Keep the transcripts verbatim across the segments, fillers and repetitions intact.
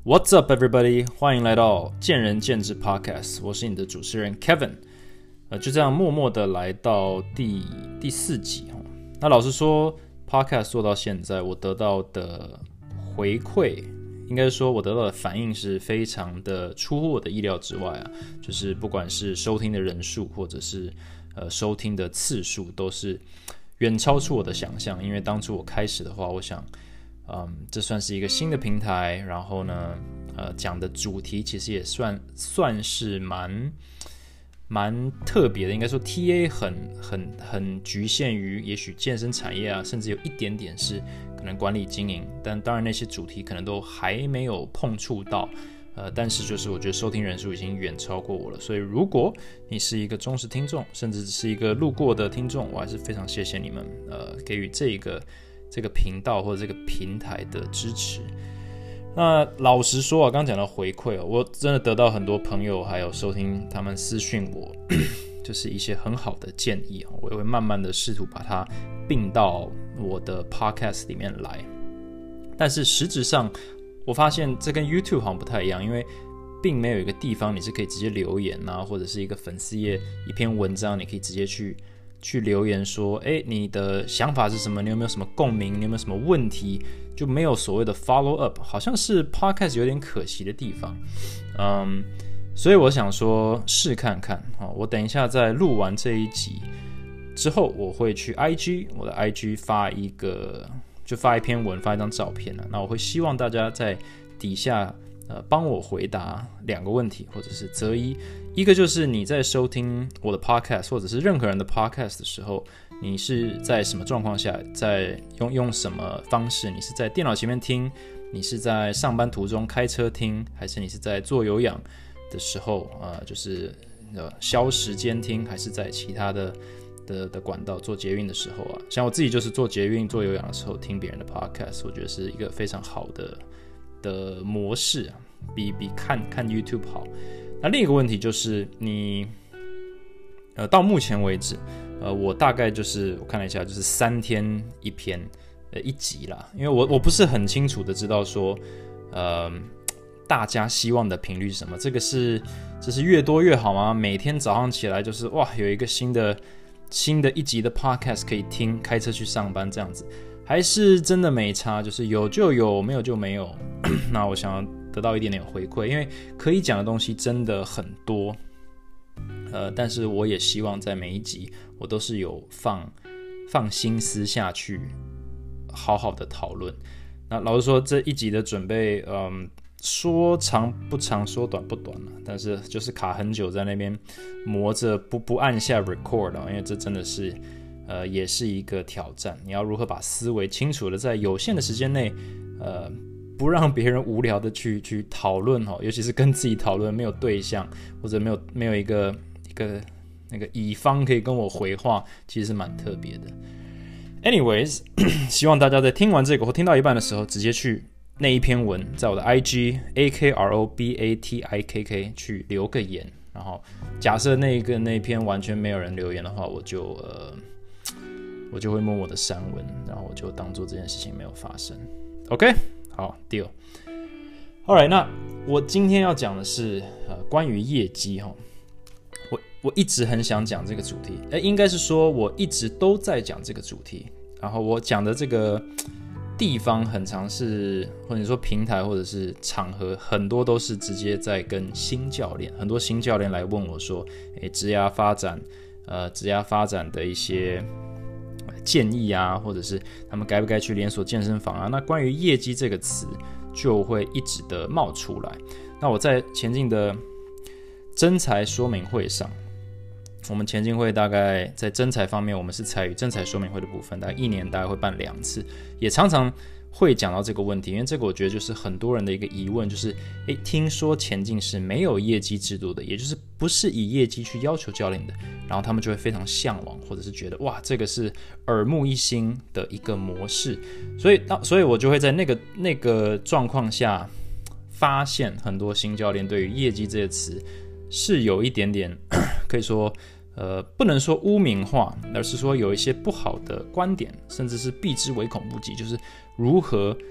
What's up, everybody？ 欢迎来到见仁见智 Podcast， 我是你的主持人 Kevin。呃，就这样默默的来到第第四集哦。那老实说 ，Podcast 做到现在，我得到的回馈，应该说我得到的反应是非常的出乎我的意料之外啊。就是不管是收听的人数，或者是呃收听的次数，都是远超出我的想象。因为当初我开始的话，我想。嗯，这算是一个新的平台，然后呢，呃，讲的主题其实也算算是蛮蛮特别的，应该说 T A 很很很局限于也许健身产业啊，甚至有一点点是可能管理经营，但当然那些主题可能都还没有碰触到，呃，但是就是我觉得收听人数已经远超过我了，所以如果你是一个忠实听众，甚至是一个路过的听众，我还是非常谢谢你们，呃，给予这一个。这个频道或者这个平台的支持。那老实说啊，刚刚讲到回馈、哦、我真的得到很多朋友还有收听他们私讯我，就是一些很好的建议、哦、我也会慢慢的试图把它并到我的 podcast 里面来。但是实质上，我发现这跟 YouTube 好像不太一样，因为并没有一个地方你是可以直接留言啊，或者是一个粉丝页一篇文章，你可以直接去。去留言说，哎，你的想法是什么？你有没有什么共鸣？你有没有什么问题？就没有所谓的 follow up， 好像是 podcast 有点可惜的地方。嗯，所以我想说试看看。好，我等一下在录完这一集之后，我会去 I G， 我的 I G 发一个，就发一篇文，发一张照片啊。那我会希望大家在底下。呃，帮我回答两个问题，或者是择一。一个就是你在收听我的 podcast， 或者是任何人的 podcast 的时候，你是在什么状况下，在用用什么方式？你是在电脑前面听，你是在上班途中开车听，还是你是在做有氧的时候，呃，就是呃消时间听，还是在其他的的的管道做捷运的时候啊？像我自己就是做捷运、做有氧的时候听别人的 podcast， 我觉得是一个非常好的。的模式比比看看 YouTube 好。那另一个问题就是你，呃，到目前为止，呃，我大概就是我看了一下，就是三天一篇，呃，一集啦。因为我我不是很清楚的知道说，呃，大家希望的频率是什么？这个是这是越多越好吗？每天早上起来就是哇，有一个新的新的一集的 Podcast 可以听，开车去上班这样子。还是真的没差，就是有就有，没有就没有。那我想要得到一点点回馈，因为可以讲的东西真的很多。呃，但是我也希望在每一集我都是有放放心思下去，好好的讨论。那老实说，这一集的准备，嗯，说长不长，说短不短了，但是就是卡很久在那边磨着不不按下 record 因为这真的是。呃，也是一个挑战。你要如何把思维清楚的在有限的时间内，呃，不让别人无聊的去去讨论哦，尤其是跟自己讨论，没有对象或者没有没有一个一个那个乙方可以跟我回话，其实是蛮特别的。Anyways， 希望大家在听完这个或听到一半的时候，直接去那一篇文，在我的 I G A K R O B A T I K K 去留个言。然后假设那个那篇完全没有人留言的话，我就呃。我就会默默的删文，然后我就当做这件事情没有发生。OK， 好 ，deal。Alright， 那我今天要讲的是呃关于业绩哈。我我一直很想讲这个主题，哎，应该是说我一直都在讲这个主题。然后我讲的这个地方很常是，或者说平台或者是场合，很多都是直接在跟新教练，很多新教练来问我说，哎，职涯发展，呃，职涯发展的一些。建议啊，或者是他们该不该去连锁健身房啊？那关于业绩这个词就会一直的冒出来。那我在前进的真才说明会上，我们前进会大概在真才方面，我们是采取真才说明会的部分，大概一年大概会办两次，也常常会讲到这个问题，因为这个我觉得就是很多人的一个疑问，就是诶，听说前进是没有业绩制度的，也就是不是以业绩去要求教练的，然后他们就会非常向往，或者是觉得哇，这个是耳目一新的一个模式，所以所以我就会在那个那个状况下发现很多新教练对于业绩这个词是有一点点可以说呃，不能说污名化，而是说有一些不好的观点，甚至是避之唯恐不及，就是如何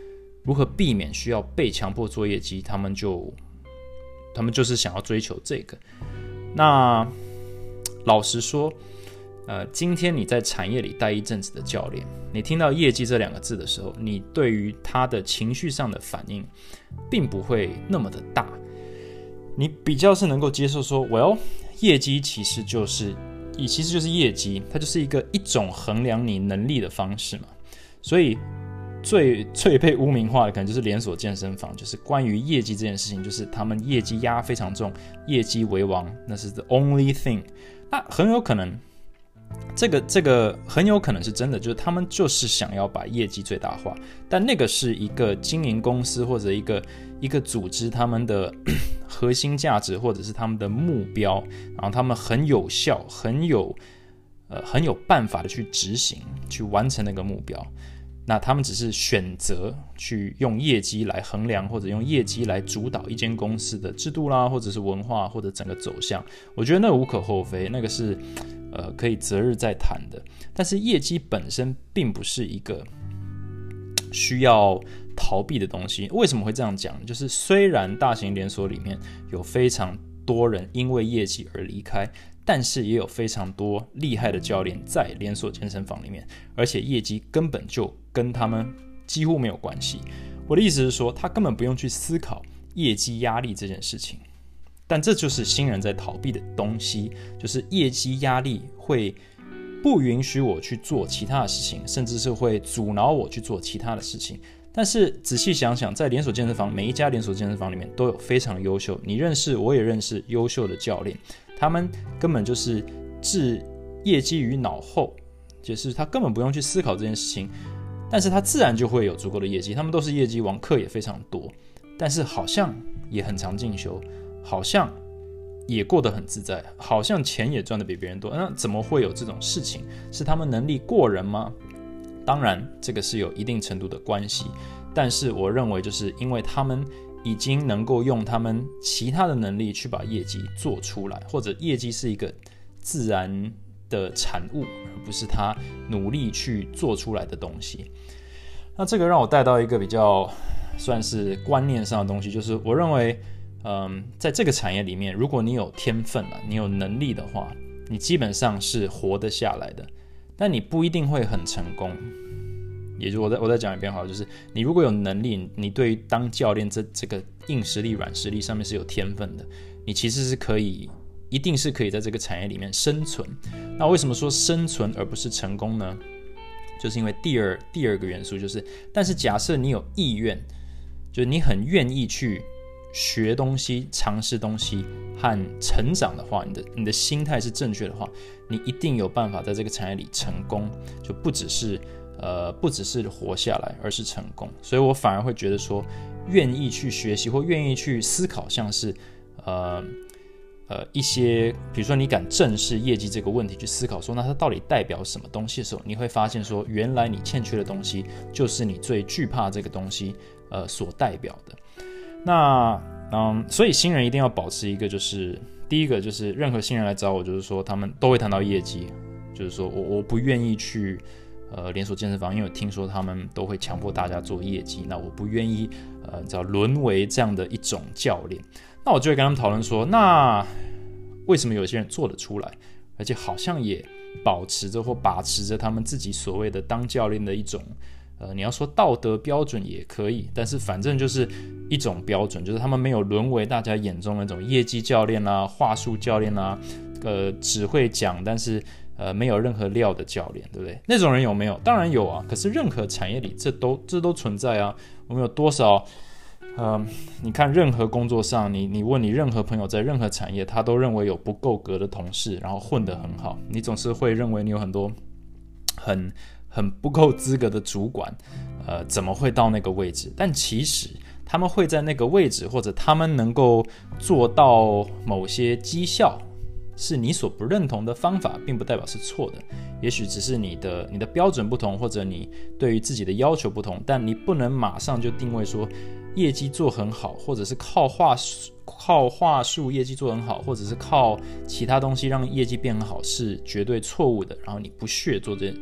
如何避免需要被强迫做业绩，他们就他们就是想要追求这个。那老实说，呃，今天你在产业里待一阵子的教练，你听到业绩这两个字的时候，你对于他的情绪上的反应并不会那么的大，你比较是能够接受说 well 业绩其实就是其实就是业绩，它就是一个一种衡量你能力的方式嘛。所以最最被污名化的可能就是连锁健身房，就是关于业绩这件事情，就是他们业绩压非常重，业绩为王，那是 the only thing。那很有可能这个这个很有可能是真的，就是他们就是想要把业绩最大化，但那个是一个经营公司或者一个一个组织他们的核心价值或者是他们的目标，然后他们很有效、很有呃很有办法的去执行、去完成那个目标。那他们只是选择去用业绩来衡量，或者用业绩来主导一间公司的制度啦，或者是文化，或者整个走向。我觉得那无可厚非，那个是呃可以择日再谈的。但是业绩本身并不是一个需要逃避的东西。为什么会这样讲？就是虽然大型连锁里面有非常多人因为业绩而离开，但是也有非常多厉害的教练在连锁健身房里面，而且业绩根本就跟他们几乎没有关系。我的意思是说，他根本不用去思考业绩压力这件事情。但这就是新人在逃避的东西，就是业绩压力会不允许我去做其他的事情，甚至是会阻挠我去做其他的事情。但是仔细想想，在连锁健身房，每一家连锁健身房里面都有非常优秀，你认识我也认识优秀的教练，他们根本就是置业绩于脑后，就是他根本不用去思考这件事情，但是他自然就会有足够的业绩。他们都是业绩王，课也非常多，但是好像也很常进修，好像也过得很自在，好像钱也赚得比别人多。那怎么会有这种事情？是他们能力过人吗？当然这个是有一定程度的关系，但是我认为就是因为他们已经能够用他们其他的能力去把业绩做出来，或者业绩是一个自然的产物，而不是他努力去做出来的东西。那这个让我带到一个比较算是观念上的东西，就是我认为嗯，在这个产业里面，如果你有天分了，你有能力的话，你基本上是活得下来的，但你不一定会很成功。也就是我再我再讲一遍好了，就是你如果有能力，你对于当教练这这个硬实力、软实力上面是有天分的，你其实是可以，一定是可以在这个产业里面生存。那为什么说生存而不是成功呢？就是因为第二第二个元素就是，但是假设你有意愿，就是你很愿意去学东西、尝试东西和成长的话，你的你的心态是正确的话，你一定有办法在这个产业里成功，就不只是呃不只是活下来，而是成功。所以我反而会觉得说，愿意去学习或愿意去思考，像是呃呃一些，比如说你敢正视业绩这个问题，去思考说，那它到底代表什么东西的时候，你会发现说，原来你欠缺的东西，就是你最惧怕这个东西呃所代表的。那嗯，所以新人一定要保持一个，就是第一个就是任何新人来找我，就是说他们都会谈到业绩，就是说我我不愿意去呃连锁健身房，因为我听说他们都会强迫大家做业绩，那我不愿意呃你知道沦为这样的一种教练。那我就会跟他们讨论说，那为什么有些人做得出来，而且好像也保持着或把持着他们自己所谓的当教练的一种。呃，你要说道德标准也可以，但是反正就是一种标准，就是他们没有沦为大家眼中的那种业绩教练啦、话术教练啦，呃，只会讲但是呃没有任何料的教练，对不对？那种人有没有？当然有啊。可是任何产业里这都这都存在啊。我们有多少？呃，你看任何工作上，你你问你任何朋友在任何产业，他都认为有不够格的同事，然后混得很好。你总是会认为你有很多很。很不够资格的主管，呃，怎么会到那个位置？但其实他们会在那个位置，或者他们能够做到某些绩效，是你所不认同的方法，并不代表是错的。也许只是你的你的标准不同，或者你对于自己的要求不同，但你不能马上就定位说业绩做很好，或者是靠话术靠话术业绩做很好，或者是靠其他东西让业绩变很好是绝对错误的。然后你不屑做这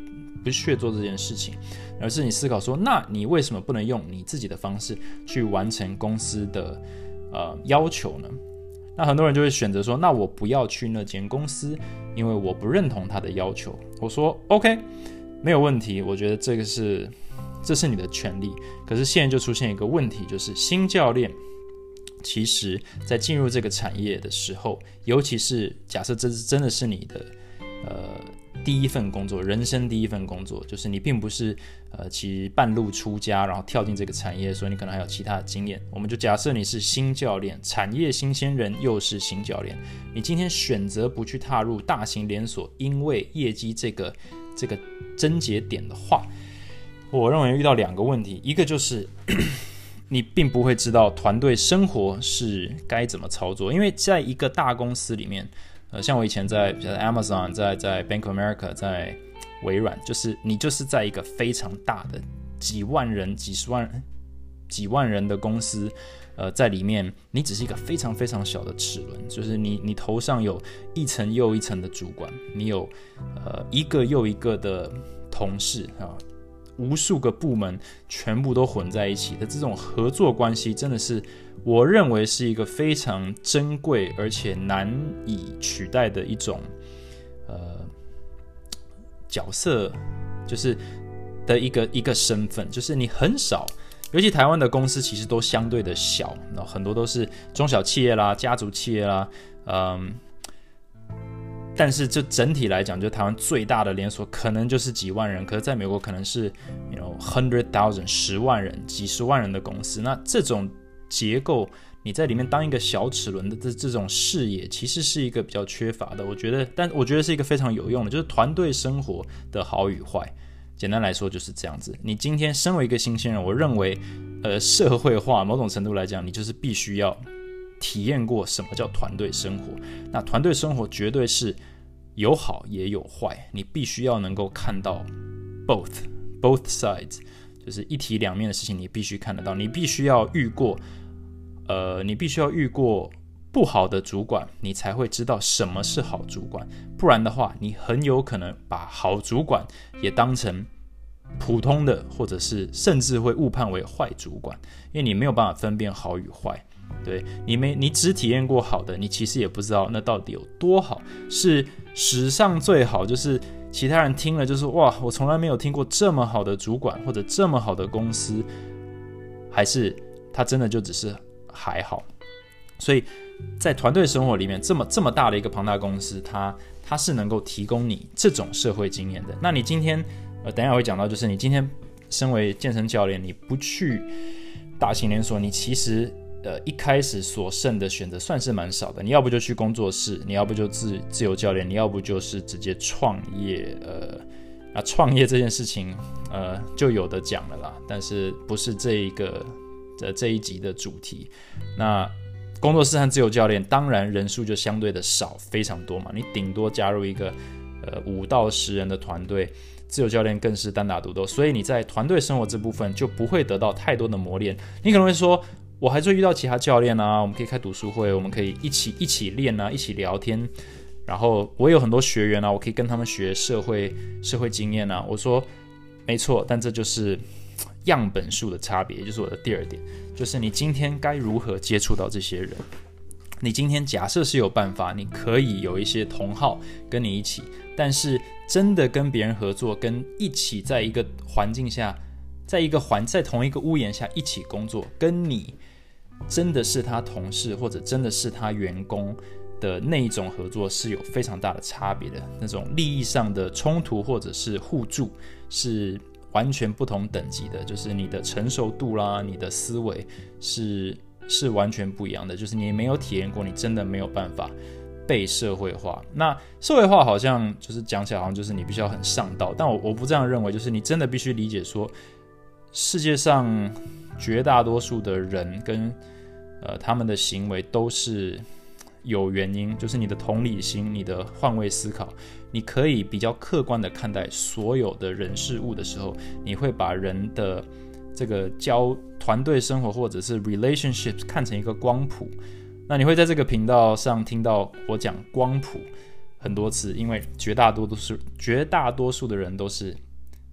不是去做这件事情，而是你思考说，那你为什么不能用你自己的方式去完成公司的呃要求呢？那很多人就会选择说，那我不要去那间公司，因为我不认同他的要求。我说 OK， 没有问题，我觉得这个是这是你的权利。可是现在就出现一个问题，就是新教练其实在进入这个产业的时候，尤其是假设这真的是你的呃第一份工作，人生第一份工作，就是你并不是呃其半路出家，然后跳进这个产业，所以你可能还有其他的经验。我们就假设你是新教练，产业新鲜人，又是新教练，你今天选择不去踏入大型连锁，因为业绩这个这个症结点的话，我认为遇到两个问题，一个就是你并不会知道团队生活是该怎么操作，因为在一个大公司里面。呃，像我以前在 Amazon， 在在 Bank of America， 在微软，就是你就是在一个非常大的几万人、几十万、几万人的公司，呃，在里面你只是一个非常非常小的齿轮，就是你你头上有一层又一层的主管，你有呃一个又一个的同事啊。无数个部门全部都混在一起的这种合作关系，真的是我认为是一个非常珍贵而且难以取代的一种呃角色，就是的一个一个身份，就是你很少，尤其台湾的公司其实都相对的小，很多都是中小企业啦、家族企业啦，嗯。但是就整体来讲，就台湾最大的连锁可能就是几万人，可是在美国可能是 you know hundred thousand 十万人、几十万人的公司。那这种结构，你在里面当一个小齿轮的这这种视野，其实是一个比较缺乏的。我觉得，但我觉得是一个非常有用的，就是团队生活的好与坏。简单来说就是这样子。你今天身为一个新鲜人，我认为，呃，社会化某种程度来讲，你就是必须要体验过什么叫团队生活。那团队生活绝对是有好也有坏，你必须要能够看到 both both sides， 就是一体两面的事情，你必须看得到。你必须要遇过，呃，你必须要遇过不好的主管，你才会知道什么是好主管。不然的话，你很有可能把好主管也当成普通的，或者是甚至会误判为坏主管，因为你没有办法分辨好与坏。对，你没你只体验过好的，你其实也不知道那到底有多好，是史上最好，就是其他人听了就是哇，我从来没有听过这么好的主管或者这么好的公司，还是他真的就只是还好。所以在团队生活里面，这么这么大的一个庞大公司，它它是能够提供你这种社会经验的。那你今天呃，等一下会讲到，就是你今天身为健身教练，你不去大型连锁，你其实呃，一开始所剩的选择算是蛮少的，你要不就去工作室，你要不就 自, 自由教练，你要不就是直接创业。呃，那创业这件事情，呃，就有的讲了啦，但是不是这一个这这一集的主题。那工作室和自由教练，当然人数就相对的少非常多嘛，你顶多加入一个呃五到十人的团队。自由教练更是单打独斗，所以你在团队生活这部分就不会得到太多的磨练。你可能会说，我还是会遇到其他教练啊，我们可以开读书会，我们可以一起一起练啊，一起聊天。然后我有很多学员啊，我可以跟他们学社会社会经验啊。我说没错，但这就是样本数的差别，也就是我的第二点，就是你今天该如何接触到这些人。你今天假设是有办法，你可以有一些同好跟你一起，但是真的跟别人合作，跟一起在一个环境下，在一个环在同一个屋檐下一起工作，跟你真的是他同事或者真的是他员工的那一种合作是有非常大的差别的，那种利益上的冲突或者是互助是完全不同等级的，就是你的成熟度啦，你的思维是是完全不一样的，就是你没有体验过，你真的没有办法被社会化。那社会化好像就是讲起来好像就是你必须要很上道，但我我不这样认为，就是你真的必须理解说，世界上绝大多数的人跟呃他们的行为都是有原因，就是你的同理心，你的换位思考，你可以比较客观的看待所有的人事物的时候，你会把人的这个交团队生活或者是 relationships 看成一个光谱。那你会在这个频道上听到我讲光谱很多次，因为绝大多数绝大多数的人都是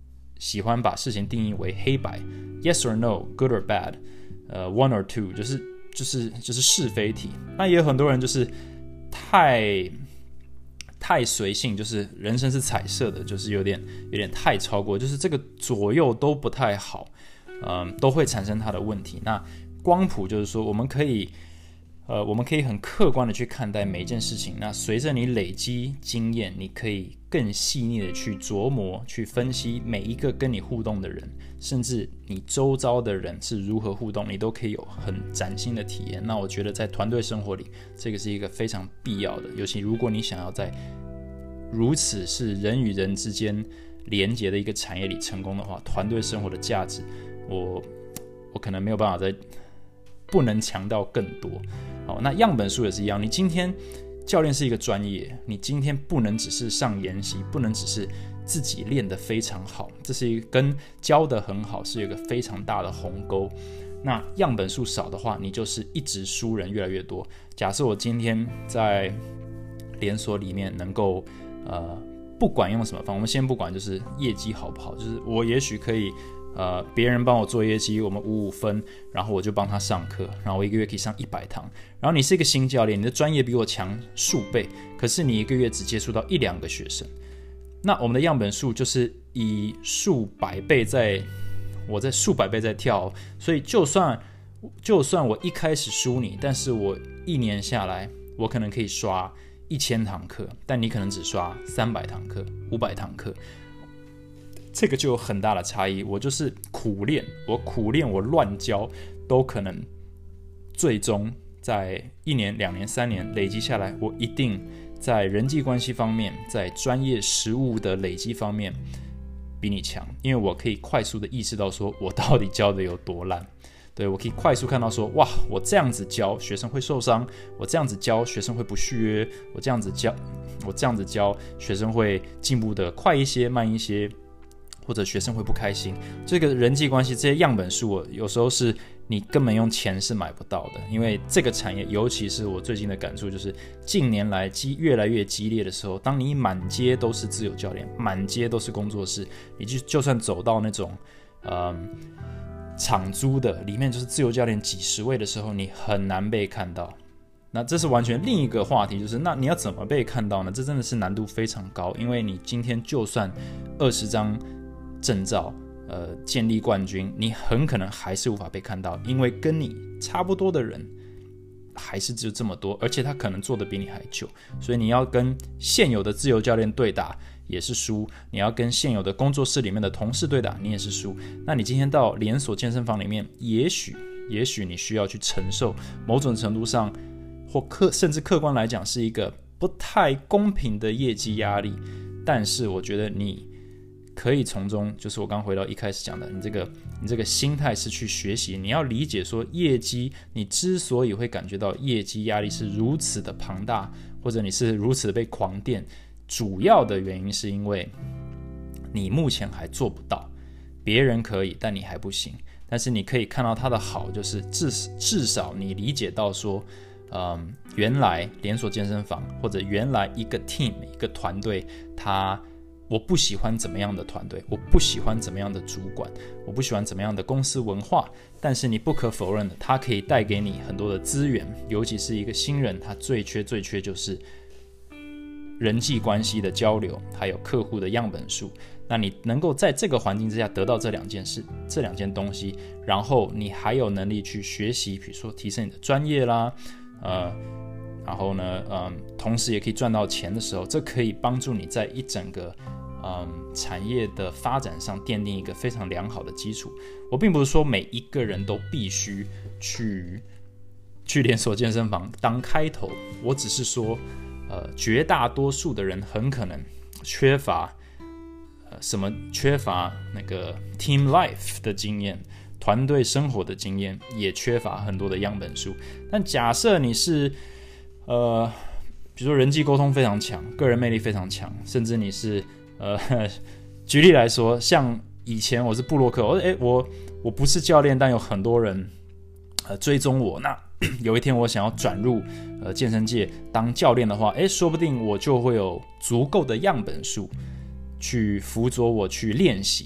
喜欢把事情定义为黑白 ，yes or no，good or bad， 呃 ，one or two， 就是就是就是是非题。那也有很多人就是太太随性，就是人生是彩色的，就是有点有点太超过，就是这个左右都不太好，嗯，都会产生它的问题。那光谱就是说，我们可以。呃，我们可以很客观的去看待每一件事情。那随着你累积经验，你可以更细腻的去琢磨、去分析每一个跟你互动的人，甚至你周遭的人是如何互动，你都可以有很崭新的体验。那我觉得在团队生活里，这个是一个非常必要的。尤其如果你想要在如此是人与人之间连结的一个产业里成功的话，团队生活的价值，我我可能没有办法再不能强调更多。好，那样本数也是一样。你今天教练是一个专业，你今天不能只是上研习，不能只是自己练得非常好，这是一个跟教得很好是一个非常大的鸿沟。那样本数少的话，你就是一直输人越来越多。假设我今天在连锁里面能够呃，不管用什么方，我们先不管就是业绩好不好，就是我也许可以。呃，别人帮我做业绩，我们五五分，然后我就帮他上课，然后我一个月可以上一百堂。然后你是一个新教练，你的专业比我强数倍，可是你一个月只接触到一两个学生，那我们的样本数就是以数百倍在，我在数百倍在跳，所以就算就算我一开始输你，但是我一年下来，我可能可以刷一千堂课，但你可能只刷三百堂课、五百堂课。这个就有很大的差异。我就是苦练，我苦练，我乱教，都可能最终在一年、两年、三年累积下来，我一定在人际关系方面，在专业实务的累积方面比你强，因为我可以快速的意识到说我到底教的有多烂。对，我可以快速看到说，哇，我这样子教学生会受伤，我这样子教学生会不续约，我这样子教，我这样子教学生会进步的快一些、慢一些。或者学生会不开心，这个人际关系这些样本数，我有时候是你根本用钱是买不到的。因为这个产业，尤其是我最近的感触，就是近年来越来越激烈的时候，当你满街都是自由教练，满街都是工作室，你就就算走到那种呃场租的，里面就是自由教练几十位的时候，你很难被看到。那这是完全另一个话题，就是那你要怎么被看到呢？这真的是难度非常高，因为你今天就算二十张证照，呃，建立冠军，你很可能还是无法被看到，因为跟你差不多的人还是只有这么多，而且他可能做的比你还久，所以你要跟现有的自由教练对打也是输，你要跟现有的工作室里面的同事对打，你也是输。那你今天到连锁健身房里面，也许也许你需要去承受某种程度上，或客甚至客观来讲是一个不太公平的业绩压力，但是我觉得你可以从中，就是我刚回到一开始讲的，你这个你这个心态是去学习，你要理解说业绩，你之所以会感觉到业绩压力是如此的庞大，或者你是如此的被狂电，主要的原因是因为你目前还做不到，别人可以，但你还不行。但是你可以看到它的好，就是至至少你理解到说，嗯，原来连锁健身房或者原来一个 team 一个团队，它我不喜欢怎么样的团队，我不喜欢怎么样的主管，我不喜欢怎么样的公司文化，但是你不可否认的，它可以带给你很多的资源，尤其是一个新人，他最缺最缺就是人际关系的交流，还有客户的样本数。那你能够在这个环境之下得到这两件事，这两件东西，然后你还有能力去学习，比如说提升你的专业啦，呃。然后呢，嗯，同时也可以赚到钱的时候，这可以帮助你在一整个嗯产业的发展上奠定一个非常良好的基础。我并不是说每一个人都必须去去连锁健身房当开头，我只是说，呃，绝大多数的人很可能缺乏呃什么缺乏那个 team life 的经验。团队生活的经验，也缺乏很多的样本数。但假设你是呃，比如说人际沟通非常强，个人魅力非常强，甚至你是呃，举例来说，像以前我是部落客，我哎我我不是教练，但有很多人呃追踪我。那有一天我想要转入呃健身界当教练的话，哎，说不定我就会有足够的样本数去辅佐我去练习。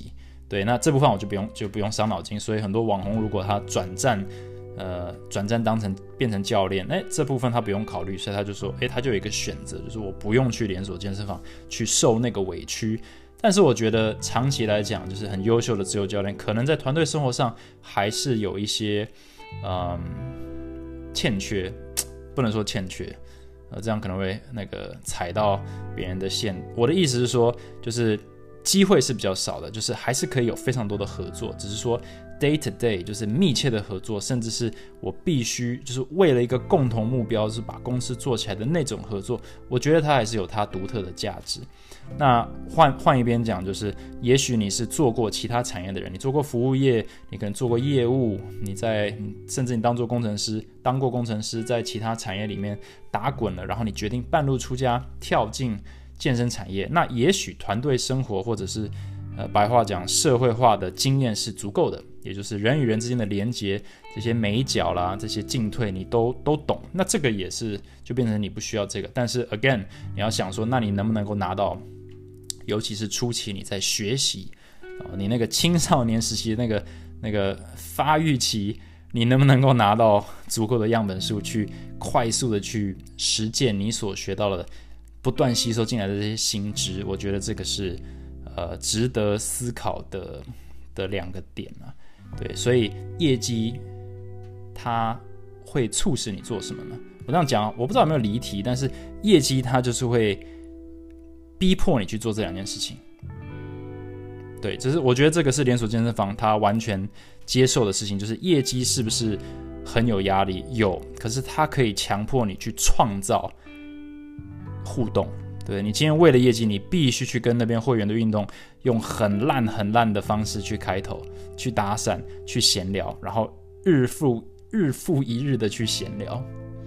对，那这部分我就不用就不用伤脑筋。所以很多网红如果他转战，呃，转战当成变成教练，哎，这部分他不用考虑，所以他就说，哎，他就有一个选择，就是我不用去连锁健身房去受那个委屈。但是我觉得长期来讲，就是很优秀的自由教练，可能在团队生活上还是有一些嗯欠缺，不能说欠缺，呃，这样可能会那个踩到别人的线。我的意思是说，就是机会是比较少的，就是还是可以有非常多的合作，只是说 day to day 就是密切的合作，甚至是我必须就是为了一个共同目标，就是把公司做起来的那种合作，我觉得它还是有它独特的价值。那换换一边讲，就是也许你是做过其他产业的人，你做过服务业，你可能做过业务，你在甚至你当做工程师，当过工程师，在其他产业里面打滚了，然后你决定半路出家跳进健身产业，那也许团队生活或者是呃白话讲社会化的经验是足够的，也就是人与人之间的连结，这些美角啦，这些进退你都都懂，那这个也是就变成你不需要这个。但是 again 你要想说，那你能不能够拿到，尤其是初期你在学习、呃、你那个青少年时期的那个那个发育期，你能不能够拿到足够的样本数去快速的去实践你所学到的不断吸收进来的这些新知，我觉得这个是呃值得思考的的两个点啊。对，所以业绩它会促使你做什么呢？我这样讲，我不知道有没有离题，但是业绩它就是会逼迫你去做这两件事情。对，就是我觉得这个是连锁健身房它完全接受的事情，就是业绩是不是很有压力？有，可是它可以强迫你去创造互动。对，你今天为了业绩，你必须去跟那边会员的运动用很烂很烂的方式去开头，去搭讪，去闲聊，然后日复日复一日的去闲聊。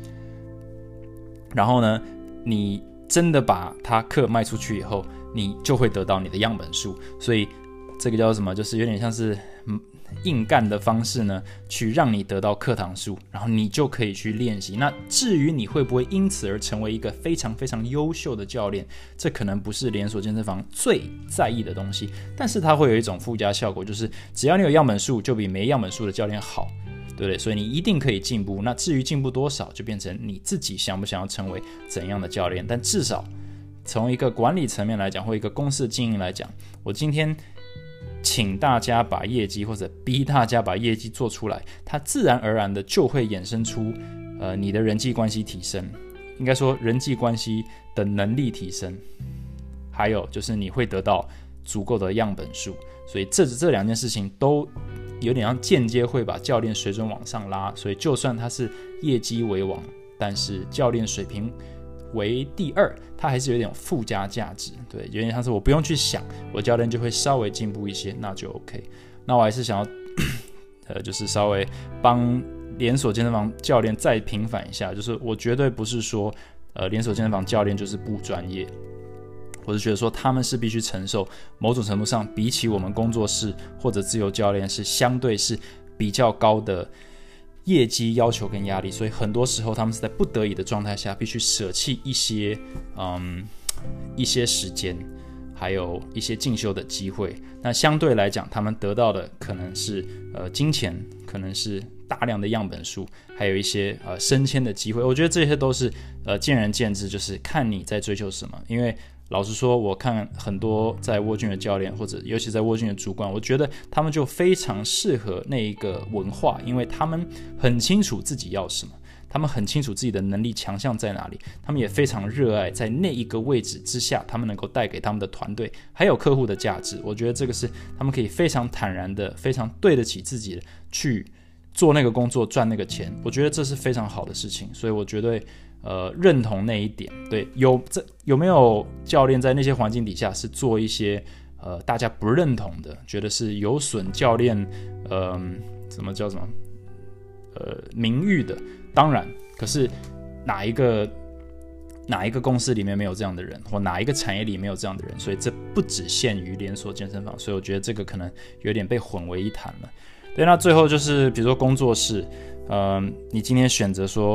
然后呢，你真的把他课卖出去以后，你就会得到你的样本数。所以这个叫什么？就是有点像是硬干的方式呢，去让你得到课堂数，然后你就可以去练习。那至于你会不会因此而成为一个非常非常优秀的教练，这可能不是连锁健身房最在意的东西，但是它会有一种附加效果，就是只要你有样本数，就比没样本数的教练好，对不对？所以你一定可以进步。那至于进步多少，就变成你自己想不想要成为怎样的教练。但至少从一个管理层面来讲，或一个公司的经营来讲，我今天请大家把业绩或者逼大家把业绩做出来，它自然而然的就会衍生出呃你的人际关系提升，应该说人际关系的能力提升，还有就是你会得到足够的样本数。所以这这两件事情都有点像间接会把教练水准往上拉。所以就算他是业绩为王，但是教练水平为第二，它还是有点附加价值。对，有点像是我不用去想，我教练就会稍微进步一些，那就 OK。那我还是想要呃，就是稍微帮连锁健身房教练再平反一下，就是我绝对不是说呃连锁健身房教练就是不专业，我是觉得说他们是必须承受某种程度上比起我们工作室或者自由教练是相对是比较高的业绩要求跟压力，所以很多时候他们是在不得已的状态下必须舍弃一些嗯一些时间，还有一些进修的机会。那相对来讲，他们得到的可能是呃金钱，可能是大量的样本数，还有一些呃升迁的机会。我觉得这些都是呃见仁见智，就是看你在追求什么。因为老实说，我看很多在沃郡的教练，或者尤其在沃郡的主管，我觉得他们就非常适合那一个文化，因为他们很清楚自己要什么，他们很清楚自己的能力强项在哪里，他们也非常热爱在那一个位置之下，他们能够带给他们的团队还有客户的价值。我觉得这个是他们可以非常坦然的、非常对得起自己的去做那个工作、赚那个钱。我觉得这是非常好的事情，所以我绝对呃认同那一点。对，有这有没有教练在那些环境底下是做一些呃大家不认同的，觉得是有损教练呃什么叫什么呃名誉的？当然，可是哪一个哪一个公司里面没有这样的人，或哪一个产业里没有这样的人？所以这不只限于连锁健身房，所以我觉得这个可能有点被混为一谈了。对，那最后就是比如说工作室，呃，你今天选择说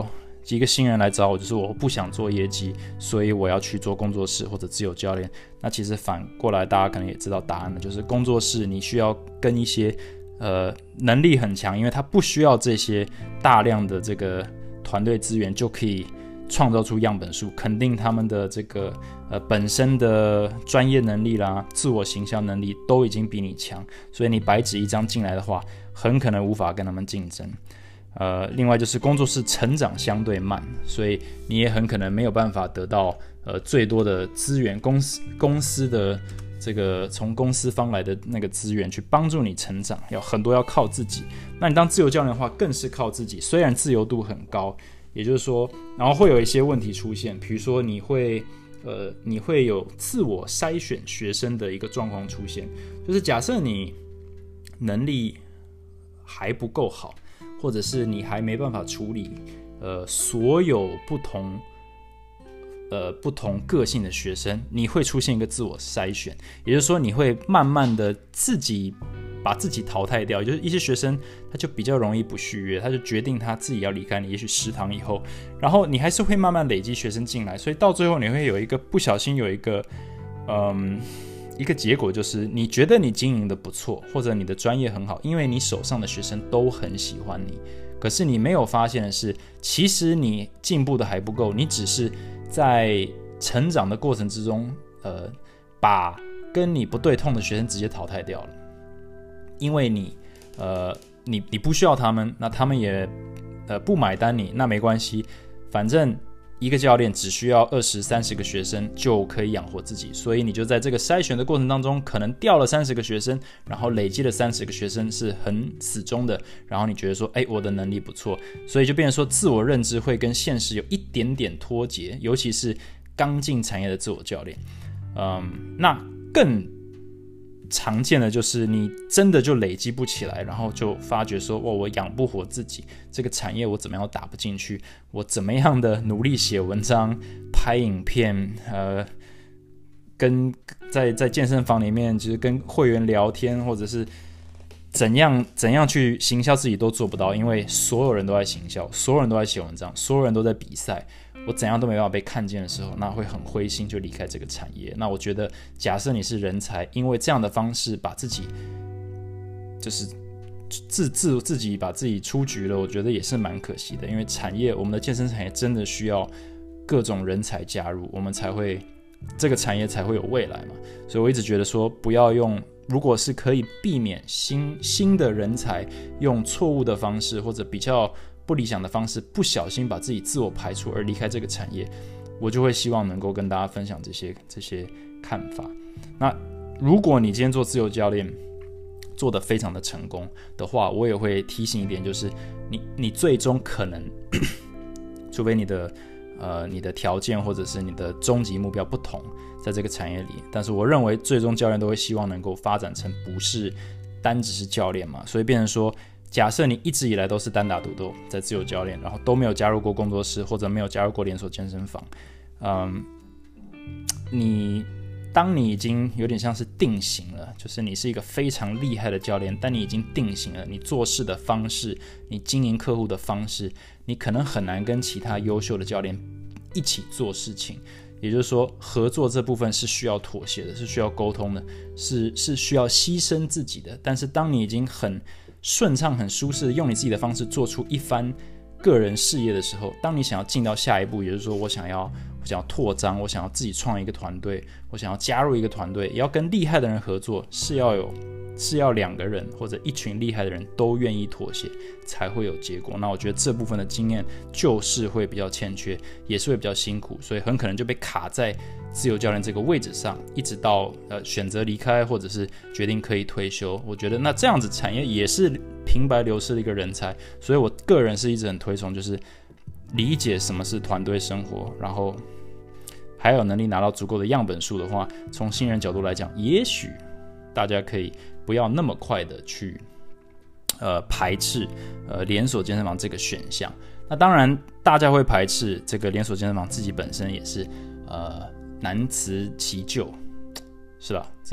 一个新人来找我，就是我不想做业绩，所以我要去做工作室或者自由教练。那其实反过来，大家可能也知道答案了，就是工作室你需要跟一些呃能力很强，因为他不需要这些大量的这个团队资源就可以创造出样本数，肯定他们的这个呃本身的专业能力啦、自我行销能力都已经比你强，所以你白纸一张进来的话，很可能无法跟他们竞争。呃，另外就是工作室成长相对慢，所以你也很可能没有办法得到呃最多的资源，公司公司的这个从公司方来的那个资源去帮助你成长，要很多要靠自己。那你当自由教练的话，更是靠自己，虽然自由度很高，也就是说，然后会有一些问题出现，比如说你会呃你会有自我筛选学生的一个状况出现，就是假设你能力还不够好。或者是你还没办法处理呃所有不同呃不同个性的学生，你会出现一个自我筛选，也就是说你会慢慢的自己把自己淘汰掉，也就是一些学生他就比较容易不续约，他就决定他自己要离开你，也许十堂以后，然后你还是会慢慢累积学生进来，所以到最后你会有一个不小心有一个嗯。一个结果就是你觉得你经营的不错，或者你的专业很好，因为你手上的学生都很喜欢你，可是你没有发现的是，其实你进步的还不够，你只是在成长的过程之中呃，把跟你不对痛的学生直接淘汰掉了，因为你呃，你你不需要他们，那他们也呃不买单你，那没关系，反正一个教练只需要二十三十个学生就可以养活自己，所以你就在这个筛选的过程当中，可能掉了三十个学生，然后累积了三十个学生是很死忠的，然后你觉得说，哎，我的能力不错，所以就变成说自我认知会跟现实有一点点脱节，尤其是刚进产业的自我教练，嗯，那更常见的就是你真的就累积不起来，然后就发觉说，哇，我养不活自己，这个产业我怎么样都打不进去，我怎么样的努力写文章、拍影片，呃，跟在在健身房里面就是跟会员聊天，或者是怎样怎样去行销自己都做不到，因为所有人都在行销，所有人都在写文章，所有人都在比赛。我怎样都没办法被看见的时候，那会很灰心，就离开这个产业。那我觉得，假设你是人才，因为这样的方式把自己，就是自自自己把自己出局了，我觉得也是蛮可惜的。因为产业，我们的健身产业真的需要各种人才加入，我们才会这个产业才会有未来嘛。所以我一直觉得说，不要用，如果是可以避免新新的人才用错误的方式或者比较不理想的方式，不小心把自己自我排除而离开这个产业，我就会希望能够跟大家分享这些这些看法。那如果你今天做自由教练做得非常的成功的话，我也会提醒一点，就是你你最终可能，除非你的呃你的条件或者是你的终极目标不同，在这个产业里，但是我认为最终教练都会希望能够发展成不是单只是教练嘛，所以变成说，假设你一直以来都是单打独斗在自由教练，然后都没有加入过工作室或者没有加入过连锁健身房，嗯，你当你已经有点像是定型了，就是你是一个非常厉害的教练，但你已经定型了，你做事的方式，你经营客户的方式，你可能很难跟其他优秀的教练一起做事情。也就是说，合作这部分是需要妥协的，是需要沟通的，是是需要牺牲自己的。但是当你已经很顺畅、很舒适的用你自己的方式做出一番个人事业的时候，当你想要进到下一步，也就是说我想要我想要拓张，我想要自己创一个团队，我想要加入一个团队，也要跟厉害的人合作，是要有是要两个人或者一群厉害的人都愿意妥协才会有结果。那我觉得这部分的经验就是会比较欠缺，也是会比较辛苦，所以很可能就被卡在自由教练这个位置上，一直到呃选择离开或者是决定可以退休。我觉得那这样子产业也是平白流失的一个人才，所以我个人是一直很推崇，就是理解什么是团队生活，然后还有能力拿到足够的样本数的话，从新人角度来讲，也许大家可以不要那么快的去呃排斥呃连锁健身房这个选项。那当然大家会排斥这个连锁健身房，自己本身也是呃难辞其咎，是吧？这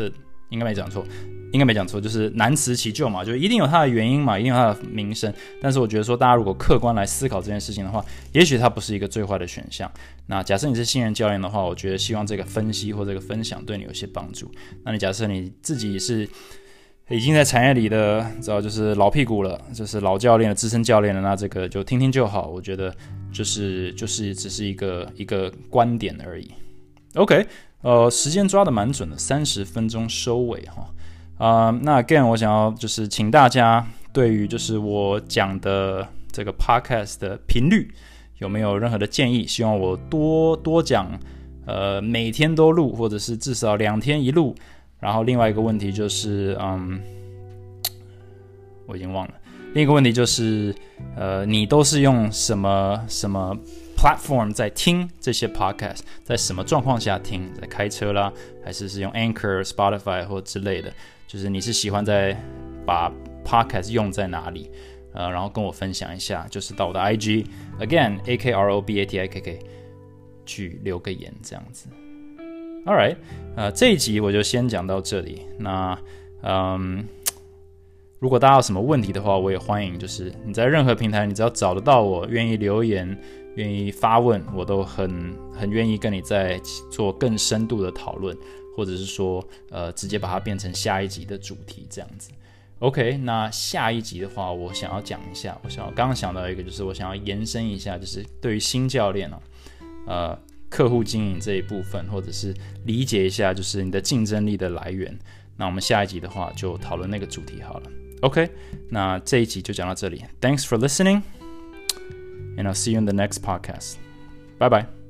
应该没讲错。应该没讲错，就是难辞其咎嘛，就一定有它的原因嘛，一定有它的名声。但是我觉得说，大家如果客观来思考这件事情的话，也许它不是一个最坏的选项。那假设你是新人教练的话，我觉得希望这个分析或这个分享对你有些帮助。那你假设你自己是已经在产业里的，知道就是老屁股了，就是老教练了、资深教练了，那这个就听听就好。我觉得就是就是只是一个一个观点而已。OK， 呃，时间抓得蛮准的，三十分钟收尾哈。Uh, 那 again 我想要就是请大家对于就是我讲的这个 podcast 的频率有没有任何的建议，希望我多多讲，呃每天都录，或者是至少两天一录。然后另外一个问题就是嗯我已经忘了，另一个问题就是呃你都是用什么什么 platform 在听这些 podcast， 在什么状况下听，在开车啦，还是是用 Anchor、Spotify 或之类的，就是你是喜欢在把 podcast 用在哪里，呃，然后跟我分享一下，就是到我的 I G again A K R O B A T I K K 去留个言这样子。All right， 呃，这一集我就先讲到这里。那嗯，如果大家有什么问题的话，我也欢迎，就是你在任何平台，你只要找得到我，愿意留言，愿意发问，我都很很愿意跟你再做更深度的讨论，或者是说，呃，直接把它变成下一集的主题这样子。OK， 那下一集的话，我想要讲一下，我想要刚刚想到一个，就是我想要延伸一下，就是对于新教练哦，呃，客户经营这一部分，或者是理解一下，就是你的竞争力的来源。那我们下一集的话，就讨论那个主题好了。OK， 那这一集就讲到这里。Thanks for listening, and I'll see you in the next podcast. Bye bye.